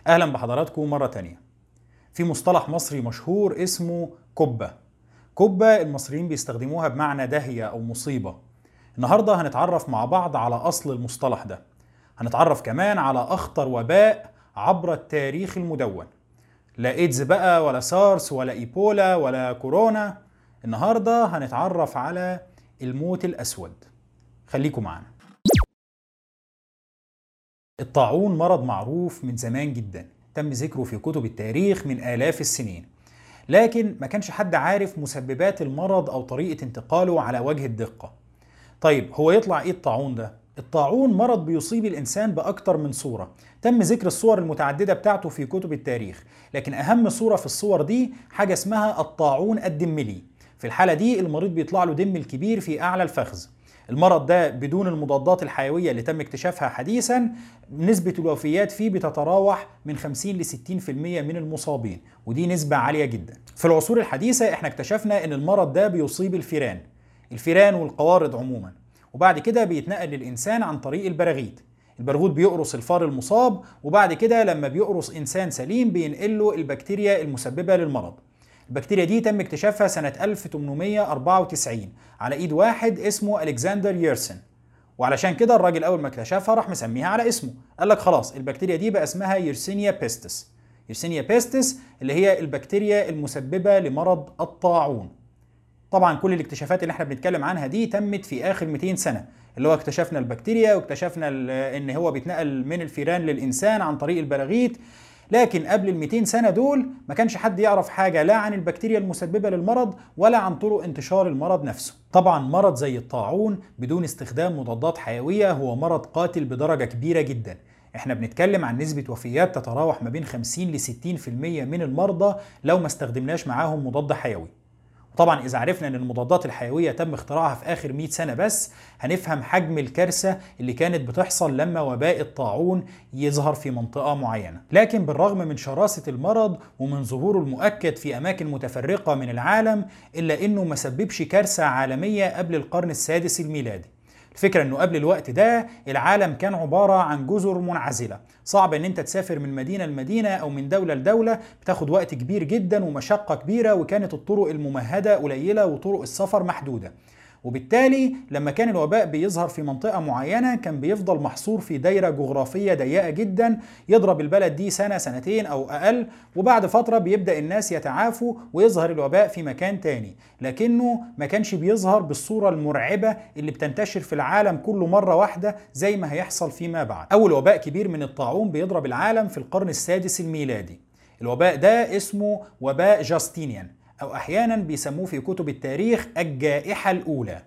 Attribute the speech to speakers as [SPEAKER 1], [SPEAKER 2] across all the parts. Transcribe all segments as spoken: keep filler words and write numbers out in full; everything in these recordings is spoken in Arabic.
[SPEAKER 1] أهلا بحضراتكم مرة تانية. في مصطلح مصري مشهور اسمه كبة. كبة المصريين بيستخدموها بمعنى داهية أو مصيبة. النهاردة هنتعرف مع بعض على أصل المصطلح ده. هنتعرف كمان على أخطر وباء عبر التاريخ المدون. لا إيدز بقى ولا سارس ولا إيبولا ولا كورونا. النهاردة هنتعرف على الموت الأسود. خليكم معانا. الطاعون مرض معروف من زمان جدا، تم ذكره في كتب التاريخ من آلاف السنين، لكن ما كانش حد عارف مسببات المرض أو طريقة انتقاله على وجه الدقة. طيب هو يطلع إيه الطاعون ده؟ الطاعون مرض بيصيب الإنسان بأكتر من صورة، تم ذكر الصور المتعددة بتاعته في كتب التاريخ، لكن أهم صورة في الصور دي حاجة اسمها الطاعون الدملي. في الحالة دي المريض بيطلع له دم الكبير في أعلى الفخذ. المرض ده بدون المضادات الحيوية اللي تم اكتشافها حديثا نسبة الوفيات فيه بتتراوح من خمسين ل ستين بالمئة من المصابين، ودي نسبة عالية جدا. في العصور الحديثة احنا اكتشفنا ان المرض ده بيصيب الفيران الفيران والقوارض عموما، وبعد كده بيتنقل للإنسان عن طريق البراغيث. البرغوث بيقرص الفار المصاب، وبعد كده لما بيقرص إنسان سليم بينقله البكتيريا المسببة للمرض. البكتيريا دي تم اكتشافها سنة ألف وثمانمئة وأربعة وتسعين على ايد واحد اسمه ألكسندر ييرسن، وعلشان كده الراجل اول ما اكتشفها راح مسميها على اسمه. قال لك خلاص البكتيريا دي بقى اسمها ييرسينيا بيستس. ييرسينيا بيستس اللي هي البكتيريا المسببة لمرض الطاعون. طبعا كل الاكتشافات اللي احنا بنتكلم عنها دي تمت في اخر مئتين سنة، اللي هو اكتشفنا البكتيريا واكتشفنا ان هو بيتنقل من الفيران للإنسان عن طريق البراغيث. لكن قبل ال مئتين سنة دول ما كانش حد يعرف حاجة لا عن البكتيريا المسببة للمرض ولا عن طرق انتشار المرض نفسه. طبعا مرض زي الطاعون بدون استخدام مضادات حيوية هو مرض قاتل بدرجة كبيرة جدا. احنا بنتكلم عن نسبة وفيات تتراوح ما بين خمسين ل ستين بالمئة من المرضى لو ما استخدمناش معاهم مضاد حيوي. طبعا إذا عرفنا أن المضادات الحيوية تم اختراعها في آخر مئة سنة بس هنفهم حجم الكارثة اللي كانت بتحصل لما وباء الطاعون يظهر في منطقة معينة. لكن بالرغم من شراسة المرض ومن ظهوره المؤكد في أماكن متفرقة من العالم إلا أنه ما سببش كارثة عالمية قبل القرن السادس الميلادي. الفكرة انه قبل الوقت ده العالم كان عبارة عن جزر منعزلة، صعب ان انت تسافر من مدينة لمدينة او من دولة لدولة، بتاخد وقت كبير جدا ومشقة كبيرة، وكانت الطرق الممهدة قليلة وطرق السفر محدودة. وبالتالي لما كان الوباء بيظهر في منطقة معينة كان بيفضل محصور في دايرة جغرافية ضيقة جدا، يضرب البلد دي سنة سنتين أو أقل، وبعد فترة بيبدأ الناس يتعافوا ويظهر الوباء في مكان تاني، لكنه ما كانش بيظهر بالصورة المرعبة اللي بتنتشر في العالم كله مرة واحدة زي ما هيحصل فيما بعد. أول وباء كبير من الطاعون بيضرب العالم في القرن السادس الميلادي. الوباء ده اسمه وباء جاستينيان، أو أحيانا بيسموه في كتب التاريخ الجائحة الأولى.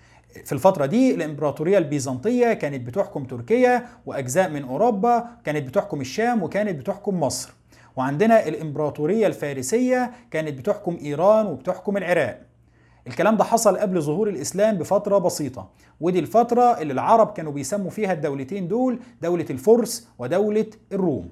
[SPEAKER 1] في الفترة دي الإمبراطورية البيزنطية كانت بتحكم تركيا وأجزاء من أوروبا، كانت بتحكم الشام وكانت بتحكم مصر، وعندنا الإمبراطورية الفارسية كانت بتحكم إيران وبتحكم العراق. الكلام ده حصل قبل ظهور الإسلام بفترة بسيطة، ودي الفترة اللي العرب كانوا بيسموا فيها الدولتين دول دولة الفرس ودولة الروم.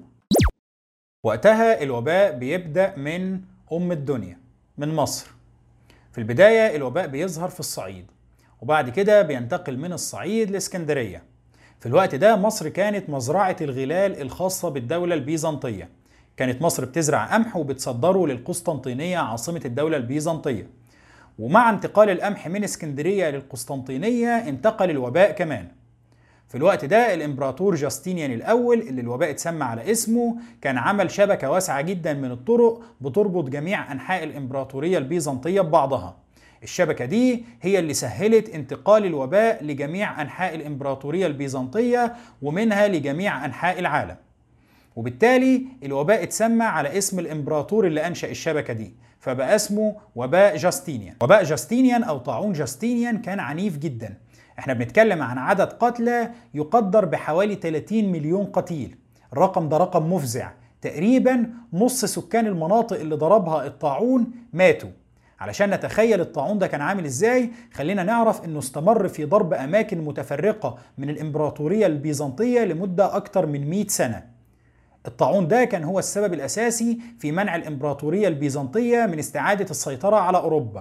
[SPEAKER 1] وقتها الوباء بيبدأ من أم الدنيا، من مصر. في البداية الوباء بيظهر في الصعيد، وبعد كده بينتقل من الصعيد لإسكندرية. في الوقت ده مصر كانت مزرعة الغلال الخاصة بالدولة البيزنطية. كانت مصر بتزرع قمح وبتصدره للقسطنطينية عاصمة الدولة البيزنطية. ومع انتقال القمح من اسكندرية للقسطنطينية انتقل الوباء كمان. في الوقت ده الإمبراطور جاستينيان الأول اللي الوباء اتسمى على اسمه كان عمل شبكة واسعة جدا من الطرق بتربط جميع أنحاء الإمبراطورية البيزنطية ببعضها. الشبكة دي هي اللي سهلت انتقال الوباء لجميع أنحاء الإمبراطورية البيزنطية ومنها لجميع أنحاء العالم. وبالتالي الوباء اتسمى على اسم الإمبراطور اللي أنشأ الشبكة دي، فبقى اسمه وباء جاستينيان. وباء جاستينيان أو طاعون جاستينيان كان عنيف جدا. احنا بنتكلم عن عدد قتلى يقدر بحوالي ثلاثين مليون قتيل. الرقم ده رقم مفزع، تقريبا نص سكان المناطق اللي ضربها الطاعون ماتوا. علشان نتخيل الطاعون ده كان عامل ازاي خلينا نعرف انه استمر في ضرب اماكن متفرقة من الامبراطورية البيزنطية لمدة اكتر من مئة سنة. الطاعون ده كان هو السبب الاساسي في منع الامبراطورية البيزنطية من استعادة السيطرة على اوروبا،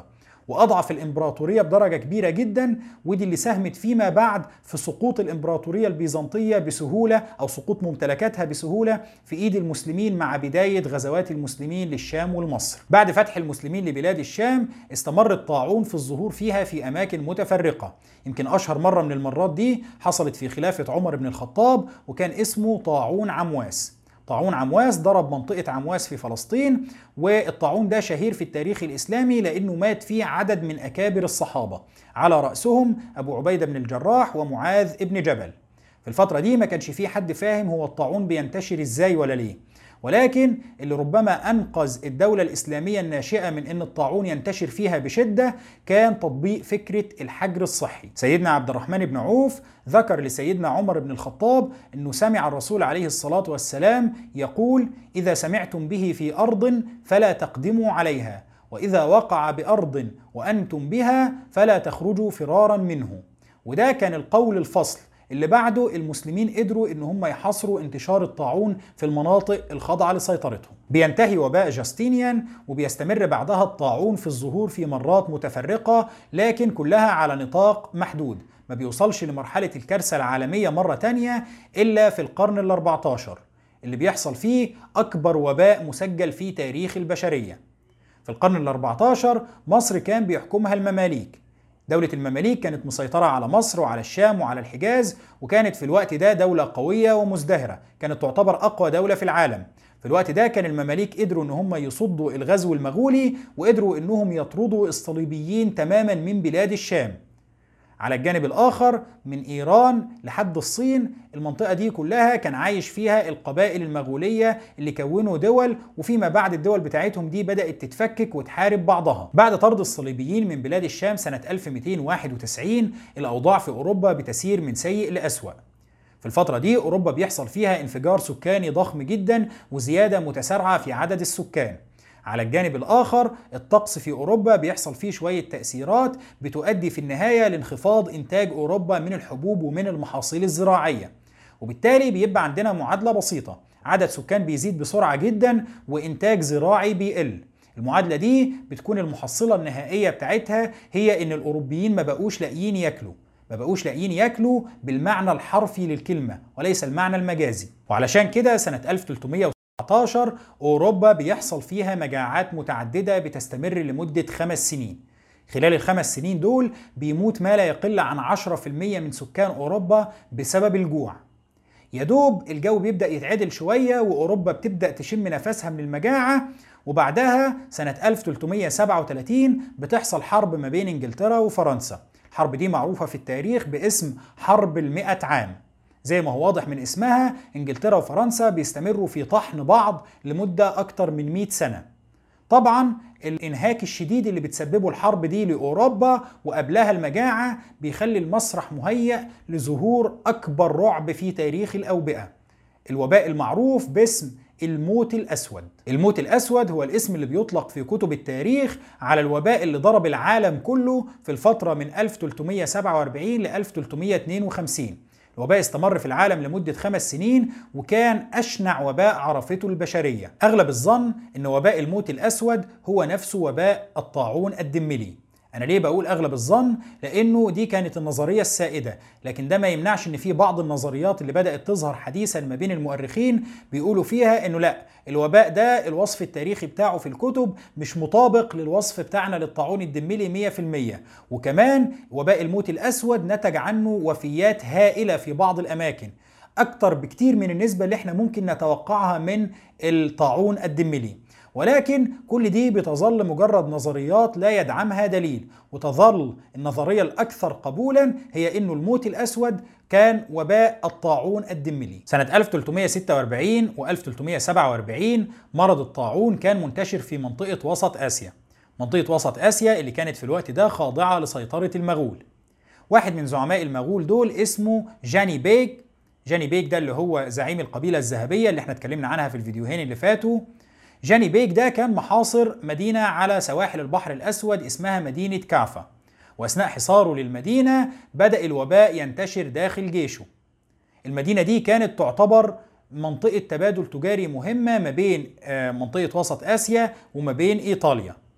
[SPEAKER 1] وأضعف الإمبراطورية بدرجة كبيرة جدا، ودي اللي ساهمت فيما بعد في سقوط الإمبراطورية البيزنطية بسهولة، أو سقوط ممتلكاتها بسهولة في إيد المسلمين مع بداية غزوات المسلمين للشام والمصر. بعد فتح المسلمين لبلاد الشام استمر الطاعون في الظهور فيها في أماكن متفرقة. يمكن أشهر مرة من المرات دي حصلت في خلافة عمر بن الخطاب، وكان اسمه طاعون عمواس. طاعون عمواس ضرب منطقة عمواس في فلسطين، والطاعون ده شهير في التاريخ الإسلامي لأنه مات فيه عدد من أكابر الصحابة، على رأسهم أبو عبيدة بن الجراح ومعاذ بن جبل. في الفترة دي ما كانش فيه حد فاهم هو الطاعون بينتشر إزاي ولا ليه، ولكن اللي ربما أنقذ الدولة الإسلامية الناشئة من أن الطاعون ينتشر فيها بشدة كان تطبيق فكرة الحجر الصحي. سيدنا عبد الرحمن بن عوف ذكر لسيدنا عمر بن الخطاب أنه سمع الرسول عليه الصلاة والسلام يقول: إذا سمعتم به في أرض فلا تقدموا عليها، وإذا وقع بأرض وأنتم بها فلا تخرجوا فرارا منه. وده كان القول الفصل اللي بعده المسلمين قدروا ان هم يحاصروا انتشار الطاعون في المناطق الخاضعة لسيطرتهم. بينتهي وباء جاستينيان، وبيستمر بعدها الطاعون في الظهور في مرات متفرقة، لكن كلها على نطاق محدود، ما بيوصلش لمرحلة الكارثة العالمية مرة تانية إلا في القرن الأربعة عشر، اللي بيحصل فيه أكبر وباء مسجل في تاريخ البشرية. في القرن الأربعة عشر مصر كان بيحكمها المماليك. دولة المماليك كانت مسيطرة على مصر وعلى الشام وعلى الحجاز، وكانت في الوقت ده دولة قوية ومزدهرة، كانت تعتبر أقوى دولة في العالم. في الوقت ده كان المماليك قدروا ان هم يصدوا الغزو المغولي، وقدروا انهم يطردوا الصليبيين تماما من بلاد الشام. على الجانب الآخر من إيران لحد الصين، المنطقة دي كلها كان عايش فيها القبائل المغولية اللي كونوا دول، وفيما بعد الدول بتاعتهم دي بدأت تتفكك وتحارب بعضها. بعد طرد الصليبيين من بلاد الشام سنة ألف ومئتين وواحد وتسعين الأوضاع في أوروبا بتسير من سيء لأسوأ. في الفترة دي أوروبا بيحصل فيها انفجار سكاني ضخم جدا وزيادة متسارعة في عدد السكان. على الجانب الآخر الطقس في أوروبا بيحصل فيه شوية تأثيرات بتؤدي في النهاية لانخفاض إنتاج أوروبا من الحبوب ومن المحاصيل الزراعية، وبالتالي بيبقى عندنا معادلة بسيطة: عدد سكان بيزيد بسرعة جدا وإنتاج زراعي بيقل. المعادلة دي بتكون المحصلة النهائية بتاعتها هي إن الأوروبيين ما بقوش لاقيين ياكلوا، ما بقوش لاقيين ياكلوا بالمعنى الحرفي للكلمة وليس المعنى المجازي. وعلشان كده سنة ألف وثلاثمئة وسبعة عشر أوروبا بيحصل فيها مجاعات متعددة بتستمر لمدة خمس سنين. خلال الخمس سنين دول بيموت ما لا يقل عن عشرة في المئة من سكان أوروبا بسبب الجوع. يدوب الجو بيبدأ يتعدل شوية وأوروبا بتبدأ تشم نفسها من المجاعة، وبعدها سنة ألف وثلاثمئة وسبعة وثلاثين بتحصل حرب ما بين إنجلترا وفرنسا. الحرب دي معروفة في التاريخ باسم حرب المئة عام. زي ما هو واضح من اسمها، إنجلترا وفرنسا بيستمروا في طحن بعض لمدة أكتر من مئة سنة. طبعا الانهاك الشديد اللي بتسببه الحرب دي لأوروبا وقبلها المجاعة بيخلي المسرح مهيأ لظهور أكبر رعب في تاريخ الأوبئة، الوباء المعروف باسم الموت الأسود. الموت الأسود هو الاسم اللي بيطلق في كتب التاريخ على الوباء اللي ضرب العالم كله في الفترة من ألف وثلاثمئة وسبعة وأربعين ل ألف وثلاثمئة واثنين وخمسين. الوباء استمر في العالم لمدة خمس سنين، وكان أشنع وباء عرفته البشرية. أغلب الظن أن وباء الموت الأسود هو نفسه وباء الطاعون الدملي. أنا ليه بقول أغلب الظن؟ لأنه دي كانت النظرية السائدة، لكن ده ما يمنعش أن في بعض النظريات اللي بدأت تظهر حديثا ما بين المؤرخين بيقولوا فيها أنه لا، الوباء ده الوصف التاريخي بتاعه في الكتب مش مطابق للوصف بتاعنا للطاعون الدملي مئة في المئة، وكمان وباء الموت الأسود نتج عنه وفيات هائلة في بعض الأماكن، أكتر بكتير من النسبة اللي احنا ممكن نتوقعها من الطاعون الدملي. ولكن كل دي بتظل مجرد نظريات لا يدعمها دليل، وتظل النظرية الأكثر قبولا هي إنه الموت الأسود كان وباء الطاعون الدملي. سنة ألف وثلاثمئة وستة وأربعين و ألف وثلاثمئة وسبعة وأربعين مرض الطاعون كان منتشر في منطقة وسط آسيا. منطقة وسط آسيا اللي كانت في الوقت ده خاضعة لسيطرة المغول. واحد من زعماء المغول دول اسمه جاني بيك. جاني بيك ده اللي هو زعيم القبيلة الذهبية اللي احنا اتكلمنا عنها في الفيديوهين اللي فاتوا. جاني بيك ده كان محاصر مدينة على سواحل البحر الأسود اسمها مدينة كافا، وأثناء حصاره للمدينة بدأ الوباء ينتشر داخل جيشه. المدينة دي كانت تعتبر منطقة تبادل تجاري مهمة ما بين منطقة وسط آسيا وما بين إيطاليا.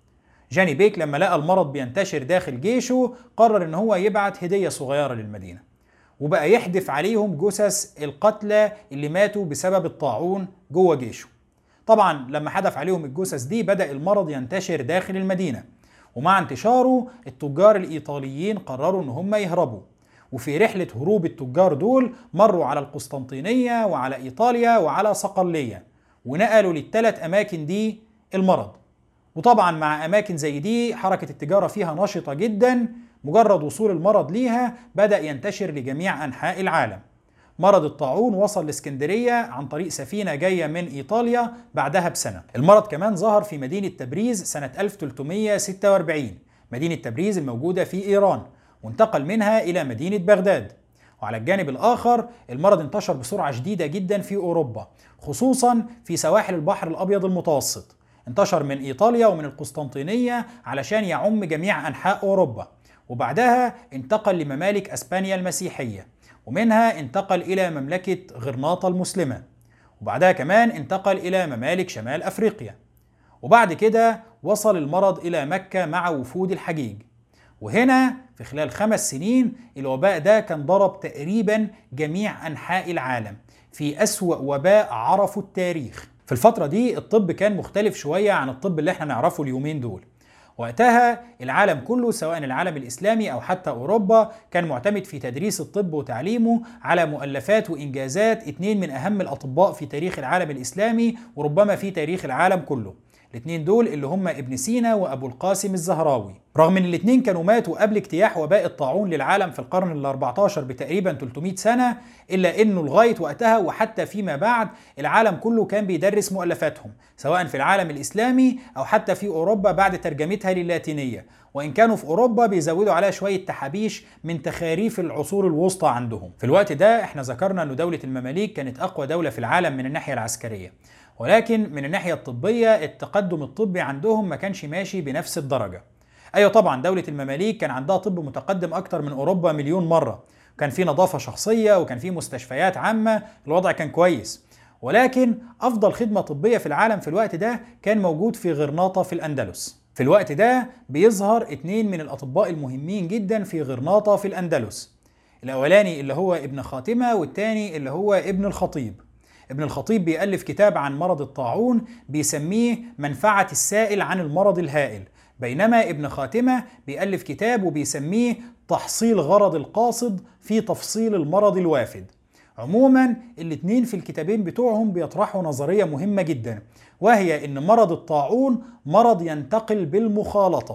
[SPEAKER 1] جاني بيك لما لقى المرض بينتشر داخل جيشه قرر ان هو يبعت هدية صغيرة للمدينة، وبقى يحدف عليهم جثث القتلى اللي ماتوا بسبب الطاعون جوه جيشه. طبعا لما حدف عليهم الجثث دي بدأ المرض ينتشر داخل المدينة، ومع انتشاره التجار الإيطاليين قرروا ان هم يهربوا، وفي رحلة هروب التجار دول مروا على القسطنطينية وعلى إيطاليا وعلى صقلية، ونقلوا للثلاث أماكن دي المرض. وطبعا مع أماكن زي دي حركة التجارة فيها نشطة جدا، مجرد وصول المرض ليها بدأ ينتشر لجميع أنحاء العالم. مرض الطاعون وصل لإسكندرية عن طريق سفينة جاية من إيطاليا بعدها بسنة. المرض كمان ظهر في مدينة تبريز سنة ألف وثلاثمائة وستة وأربعين، مدينة تبريز الموجودة في إيران، وانتقل منها إلى مدينة بغداد. وعلى الجانب الآخر المرض انتشر بسرعة شديدة جدا في أوروبا، خصوصا في سواحل البحر الأبيض المتوسط. انتشر من إيطاليا ومن القسطنطينية علشان يعم جميع أنحاء أوروبا، وبعدها انتقل لممالك أسبانيا المسيحية، ومنها انتقل إلى مملكة غرناطة المسلمة، وبعدها كمان انتقل إلى ممالك شمال أفريقيا. وبعد كده وصل المرض إلى مكة مع وفود الحجيج، وهنا في خلال خمس سنين الوباء ده كان ضرب تقريبا جميع أنحاء العالم في أسوأ وباء عرفه التاريخ. في الفترة دي الطب كان مختلف شوية عن الطب اللي احنا نعرفه اليومين دول. وقتها العالم كله سواء العالم الإسلامي أو حتى أوروبا كان معتمد في تدريس الطب وتعليمه على مؤلفات وإنجازات اتنين من أهم الأطباء في تاريخ العالم الإسلامي وربما في تاريخ العالم كله. الاثنين دول اللي هم ابن سينا وأبو القاسم الزهراوي. رغم ان الاثنين كانوا ماتوا قبل اجتياح وباء الطاعون للعالم في القرن الأربعة عشر بتقريبا ثلاثمائة سنة، إلا أنه لغاية وقتها وحتى فيما بعد العالم كله كان بيدرس مؤلفاتهم سواء في العالم الإسلامي أو حتى في أوروبا بعد ترجمتها للاتينية، وإن كانوا في أوروبا بيزودوا عليها شوية تحابيش من تخاريف العصور الوسطى عندهم. في الوقت ده احنا ذكرنا أن دولة المماليك كانت أقوى دولة في العالم من الناحية العسكرية، ولكن من الناحية الطبية التقدم الطبي عندهم ما كانش ماشي بنفس الدرجة. أيوة طبعا دولة المماليك كان عندها طب متقدم أكتر من أوروبا مليون مرة، كان في نظافة شخصية وكان في مستشفيات عامة، الوضع كان كويس، ولكن أفضل خدمة طبية في العالم في الوقت ده كان موجود في غرناطة في الأندلس. في الوقت ده بيظهر اتنين من الأطباء المهمين جدا في غرناطة في الأندلس، الأولاني اللي هو ابن خاتمة والتاني اللي هو ابن الخطيب. ابن الخطيب بيألف كتاب عن مرض الطاعون بيسميه منفعة السائل عن المرض الهائل، بينما ابن خاتمة بيألف كتاب وبيسميه تحصيل غرض القاصد في تفصيل المرض الوافد. عموما الاتنين في الكتابين بتوعهم بيطرحوا نظرية مهمة جدا، وهي ان مرض الطاعون مرض ينتقل بالمخالطة.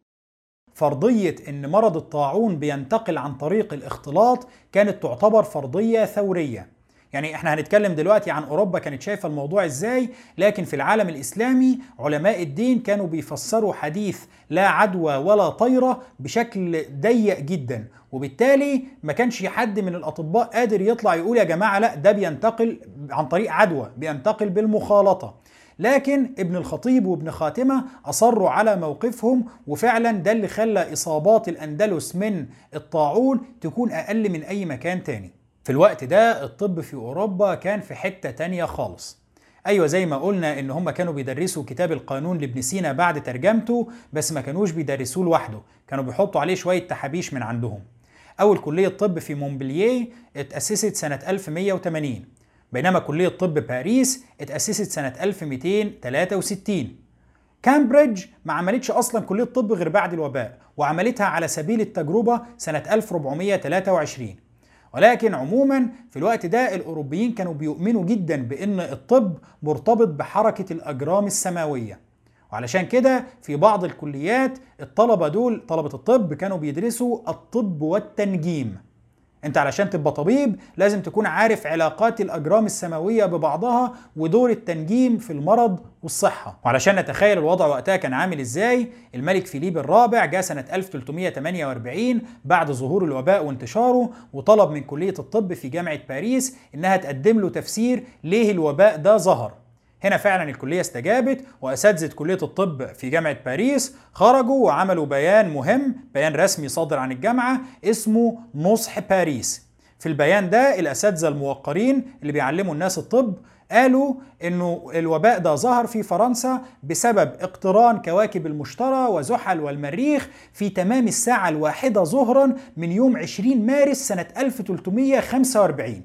[SPEAKER 1] فرضية ان مرض الطاعون بينتقل عن طريق الاختلاط كانت تعتبر فرضية ثورية. يعني احنا هنتكلم دلوقتي عن أوروبا كانت شايفة الموضوع ازاي، لكن في العالم الإسلامي علماء الدين كانوا بيفسروا حديث لا عدوى ولا طيرة بشكل ضيق جدا، وبالتالي ما كانش حد من الأطباء قادر يطلع يقول يا جماعة لا ده بينتقل عن طريق عدوى، بينتقل بالمخالطة. لكن ابن الخطيب وابن خاتمة أصروا على موقفهم، وفعلا ده اللي خلى إصابات الأندلس من الطاعون تكون أقل من أي مكان تاني. في الوقت ده الطب في أوروبا كان في حتة تانية خالص. أيوة زي ما قلنا إن هم كانوا بيدرسوا كتاب القانون لابن سينا بعد ترجمته، بس ما كانوش بيدرسوه لوحده، كانوا بيحطوا عليه شوية تحابيش من عندهم. أول كلية طب في مونبلييه اتأسست سنة ألف ومائة وثمانين، بينما كلية طب باريس اتأسست سنة ألف ومئتين وثلاثة وستين. كامبريدج ما عملتش أصلا كلية طب غير بعد الوباء، وعملتها على سبيل التجربة سنة ألف وأربعمائة وثلاثة وعشرين. ولكن عموما في الوقت ده الأوروبيين كانوا بيؤمنوا جدا بأن الطب مرتبط بحركة الأجرام السماوية، وعلشان كده في بعض الكليات الطلبة دول طلبة الطب كانوا بيدرسوا الطب والتنجيم. انت علشان تبقى طبيب لازم تكون عارف علاقات الأجرام السماوية ببعضها ودور التنجيم في المرض والصحة. وعلشان نتخيل الوضع وقتها كان عامل ازاي، الملك فيليب الرابع جاء سنة ألف وثلاثمائة وثمانية وأربعين بعد ظهور الوباء وانتشاره، وطلب من كلية الطب في جامعة باريس انها تقدم له تفسير ليه الوباء ده ظهر. هنا فعلا الكلية استجابت، وأساتذة كلية الطب في جامعة باريس خرجوا وعملوا بيان مهم، بيان رسمي صادر عن الجامعة اسمه نصح باريس. في البيان ده الأساتذة الموقرين اللي بيعلموا الناس الطب قالوا إنه الوباء ده ظهر في فرنسا بسبب اقتران كواكب المشتري وزحل والمريخ في تمام الساعة الواحدة ظهرا من يوم عشرين مارس سنة ألف وثلاثمائة وخمسة وأربعين،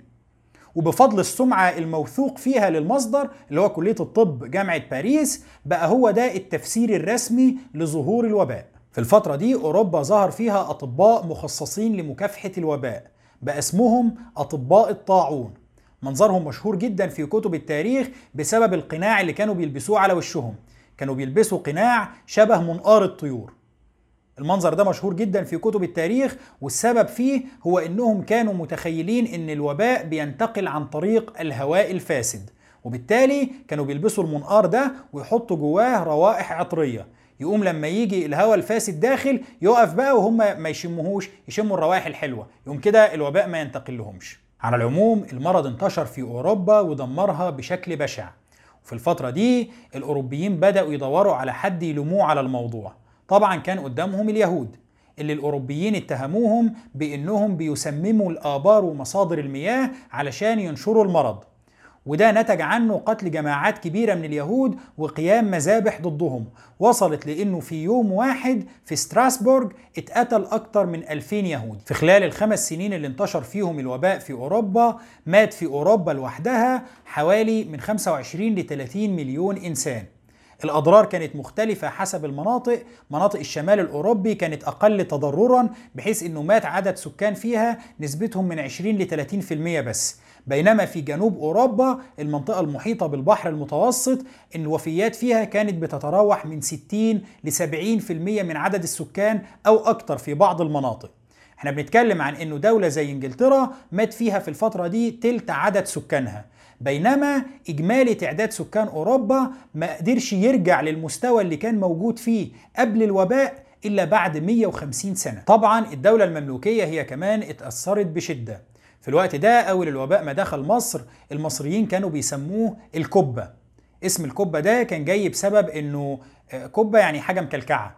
[SPEAKER 1] وبفضل السمعة الموثوق فيها للمصدر اللي هو كلية الطب جامعة باريس بقى هو ده التفسير الرسمي لظهور الوباء. في الفترة دي أوروبا ظهر فيها أطباء مخصصين لمكافحة الوباء بقى اسمهم أطباء الطاعون. منظرهم مشهور جدا في كتب التاريخ بسبب القناع اللي كانوا بيلبسوه على وشهم، كانوا بيلبسوا قناع شبه منقار الطيور. المنظر ده مشهور جدا في كتب التاريخ، والسبب فيه هو انهم كانوا متخيلين ان الوباء بينتقل عن طريق الهواء الفاسد، وبالتالي كانوا بيلبسوا المنقار ده ويحطوا جواه روائح عطرية، يقوم لما يجي الهواء الفاسد داخل يقف بقى وهم ما يشموهوش، يشموا الروائح الحلوة، يقوم كده الوباء ما ينتقل لهمش. على العموم المرض انتشر في أوروبا ودمرها بشكل بشع، وفي الفترة دي الأوروبيين بدأوا يدوروا على حد يلوموه على الموضوع. طبعا كان قدامهم اليهود اللي الأوروبيين اتهموهم بأنهم بيسمموا الآبار ومصادر المياه علشان ينشروا المرض، وده نتج عنه قتل جماعات كبيرة من اليهود وقيام مذابح ضدهم، وصلت لأنه في يوم واحد في ستراسبورغ اتقتل أكتر من ألفين يهودي. في خلال الخمس سنين اللي انتشر فيهم الوباء في أوروبا مات في أوروبا لوحدها حوالي من خمسة وعشرين ل ثلاثين مليون إنسان. الأضرار كانت مختلفة حسب المناطق، مناطق الشمال الأوروبي كانت أقل تضررا بحيث أنه مات عدد سكان فيها نسبتهم من عشرين ل ثلاثين بالمئة بس، بينما في جنوب أوروبا المنطقة المحيطة بالبحر المتوسط الوفيات فيها كانت بتتراوح من ستين ل سبعين بالمئة من عدد السكان أو أكتر في بعض المناطق. احنا بنتكلم عن أنه دولة زي إنجلترا مات فيها في الفترة دي تلت عدد سكانها، بينما إجمالي تعداد سكان أوروبا ما قدرش يرجع للمستوى اللي كان موجود فيه قبل الوباء إلا بعد مئة وخمسين سنة. طبعا الدولة المملوكية هي كمان اتأثرت بشدة. في الوقت ده أول الوباء ما دخل مصر المصريين كانوا بيسموه الكبة. اسم الكبة ده كان جاي بسبب إنه كبة يعني حاجة مكلكعة،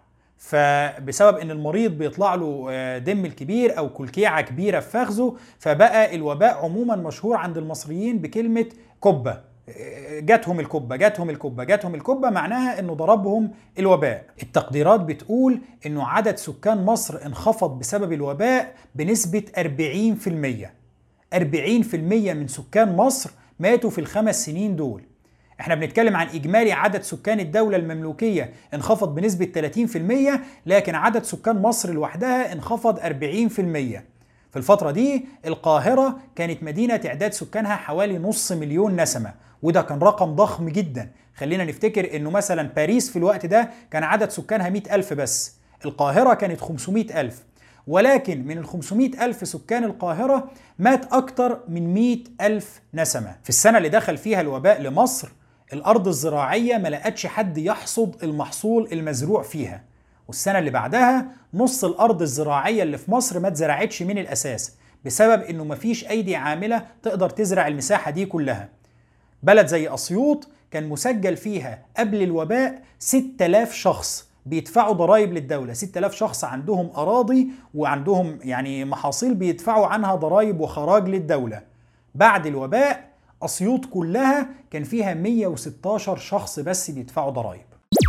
[SPEAKER 1] فبسبب ان المريض بيطلع له دم الكبير او كلكيعه كبيره في فخذه، فبقى الوباء عموما مشهور عند المصريين بكلمه كبه. جاتهم الكبه جاتهم الكبه جاتهم الكبه معناها انه ضربهم الوباء. التقديرات بتقول انه عدد سكان مصر انخفض بسبب الوباء بنسبه أربعين بالمئة. أربعين بالمئة من سكان مصر ماتوا في الخمس سنين دول. احنا بنتكلم عن اجمالي عدد سكان الدولة المملوكية انخفض بنسبة ثلاثين بالمئة، لكن عدد سكان مصر لوحدها انخفض أربعين بالمئة. في الفترة دي القاهرة كانت مدينة تعداد سكانها حوالي نص مليون نسمة، وده كان رقم ضخم جدا. خلينا نفتكر انه مثلا باريس في الوقت ده كان عدد سكانها مئة ألف بس، القاهرة كانت خمسمئة ألف، ولكن من ال خمسمئة ألف سكان القاهرة مات أكتر من مئة ألف نسمة. في السنة اللي دخل فيها الوباء لمصر الأرض الزراعية ما لقتش حد يحصد المحصول المزروع فيها، والسنة اللي بعدها نص الأرض الزراعية اللي في مصر ما اتزرعتش من الأساس بسبب إنه مفيش أيدي عاملة تقدر تزرع المساحة دي كلها. بلد زي أسيوط كان مسجل فيها قبل الوباء ستة آلاف شخص بيدفعوا ضرائب للدولة، ستة آلاف شخص عندهم أراضي وعندهم يعني محاصيل بيدفعوا عنها ضرائب وخراج للدولة. بعد الوباء أسيوط كلها كان فيها مئة وستة عشر شخص بس بيدفعوا ضرائب.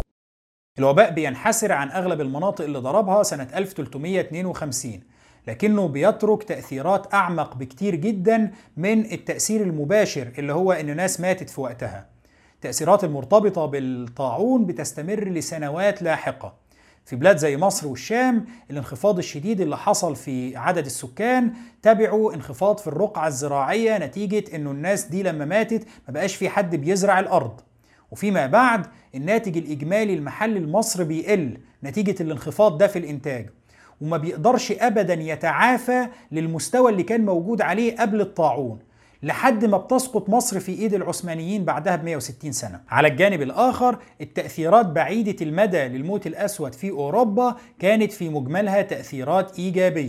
[SPEAKER 1] الوباء بينحسر عن أغلب المناطق اللي ضربها سنة ألف وثلاثمئة واثنين وخمسين، لكنه بيترك تأثيرات أعمق بكتير جدا من التأثير المباشر اللي هو إن ناس ماتت في وقتها. التأثيرات المرتبطة بالطاعون بتستمر لسنوات لاحقة. في بلاد زي مصر والشام الانخفاض الشديد اللي حصل في عدد السكان تبعوا انخفاض في الرقعة الزراعية نتيجة انه الناس دي لما ماتت ما بقاش في حد بيزرع الأرض، وفيما بعد الناتج الإجمالي المحلي المصري بيقل نتيجة الانخفاض ده في الإنتاج، وما بيقدرش أبدا يتعافى للمستوى اللي كان موجود عليه قبل الطاعون لحد ما بتسقط مصر في ايد العثمانيين بعدها ب مئة وستين سنة. على الجانب الآخر التأثيرات بعيدة المدى للموت الأسود في أوروبا كانت في مجملها تأثيرات إيجابية.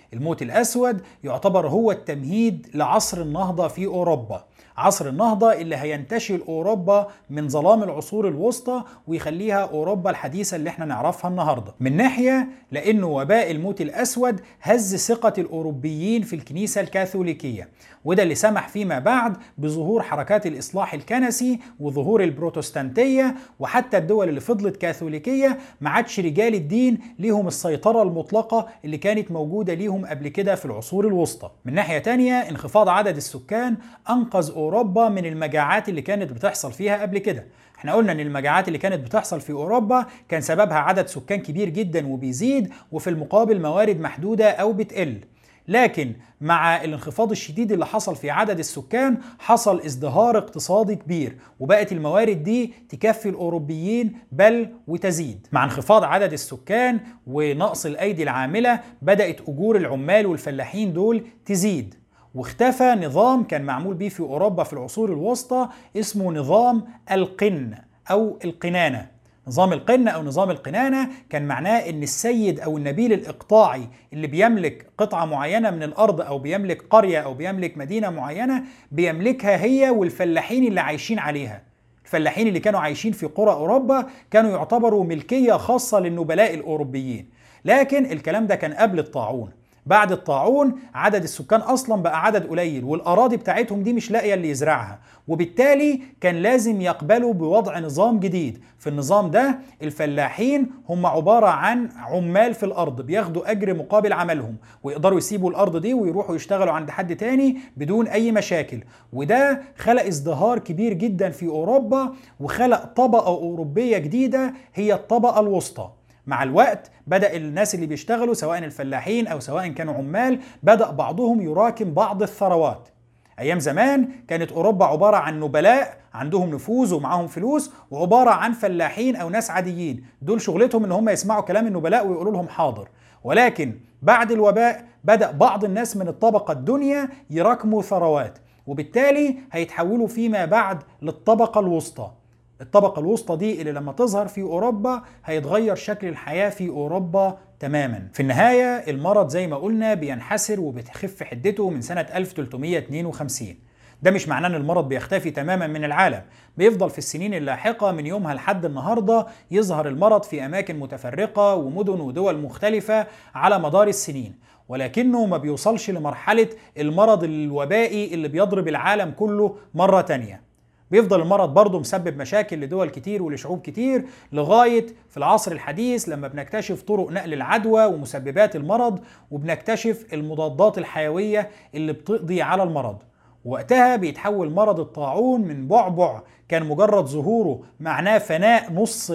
[SPEAKER 1] الموت الأسود يعتبر هو التمهيد لعصر النهضة في أوروبا، عصر النهضة اللي هينتشل أوروبا من ظلام العصور الوسطى ويخليها أوروبا الحديثة اللي احنا نعرفها النهاردة. من ناحية لأنه وباء الموت الأسود هز ثقة الأوروبيين في الكنيسة الكاثوليكية، وده اللي سمح فيما بعد بظهور حركات الإصلاح الكنسي وظهور البروتستانتية، وحتى الدول اللي فضلت كاثوليكية ما عادش رجال الدين ليهم السيطرة المطلقة اللي كانت موجودة ليهم قبل كده في العصور الوسطى. من ناحية تانية انخفاض عدد السكان أنقذ أوروبا من المجاعات اللي كانت بتحصل فيها قبل كده. احنا قلنا ان المجاعات اللي كانت بتحصل في أوروبا كان سببها عدد سكان كبير جدا وبيزيد، وفي المقابل موارد محدودة أو بتقل. لكن مع الانخفاض الشديد اللي حصل في عدد السكان حصل ازدهار اقتصادي كبير، وبقت الموارد دي تكفي الأوروبيين بل وتزيد. مع انخفاض عدد السكان ونقص الأيدي العاملة بدأت أجور العمال والفلاحين دول تزيد، واختفى نظام كان معمول بيه في أوروبا في العصور الوسطى اسمه نظام القن أو القنانة. نظام القنة أو نظام القنانة كان معناه إن السيد أو النبيل الإقطاعي اللي بيملك قطعة معينة من الأرض أو بيملك قرية أو بيملك مدينة معينة بيملكها هي والفلاحين اللي عايشين عليها. الفلاحين اللي كانوا عايشين في قرى أوروبا كانوا يعتبروا ملكية خاصة للنبلاء الأوروبيين. لكن الكلام ده كان قبل الطاعون. بعد الطاعون عدد السكان أصلا بقى عدد قليل، والأراضي بتاعتهم دي مش لاقية اللي يزرعها، وبالتالي كان لازم يقبلوا بوضع نظام جديد. في النظام ده الفلاحين هم عبارة عن عمال في الأرض بياخدوا أجر مقابل عملهم، ويقدروا يسيبوا الأرض دي ويروحوا يشتغلوا عند حد تاني بدون أي مشاكل. وده خلق ازدهار كبير جدا في أوروبا، وخلق طبقة أوروبية جديدة هي الطبقة الوسطى. مع الوقت بدأ الناس اللي بيشتغلوا سواء الفلاحين أو سواء كانوا عمال بدأ بعضهم يراكم بعض الثروات. أيام زمان كانت أوروبا عبارة عن نبلاء عندهم نفوذ ومعاهم فلوس، وعبارة عن فلاحين أو ناس عاديين دول شغلتهم إن هم يسمعوا كلام النبلاء ويقولوا لهم حاضر. ولكن بعد الوباء بدأ بعض الناس من الطبقة الدنيا يراكموا ثروات، وبالتالي هيتحولوا فيما بعد للطبقة الوسطى. الطبقة الوسطى دي اللي لما تظهر في أوروبا هيتغير شكل الحياة في أوروبا تماما. في النهاية المرض زي ما قلنا بينحسر وبتخف حدته من سنة ألف وثلاثمائة واثنين وخمسين. ده مش معناه ان المرض بيختفي تماما من العالم، بيفضل في السنين اللاحقة من يومها لحد النهاردة يظهر المرض في أماكن متفرقة ومدن ودول مختلفة على مدار السنين، ولكنه ما بيوصلش لمرحلة المرض الوبائي اللي بيضرب العالم كله مرة تانية. بيفضل المرض برضه مسبب مشاكل لدول كتير ولشعوب كتير لغاية في العصر الحديث لما بنكتشف طرق نقل العدوى ومسببات المرض، وبنكتشف المضادات الحيوية اللي بتقضي على المرض. وقتها بيتحول مرض الطاعون من بعبع كان مجرد ظهوره معناه فناء نص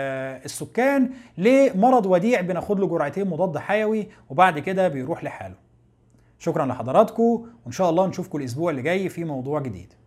[SPEAKER 1] السكان لمرض وديع بناخد له جرعتين مضاد حيوي وبعد كده بيروح لحاله. شكرا لحضراتكم، وإن شاء الله نشوفكم الأسبوع اللي جاي في موضوع جديد.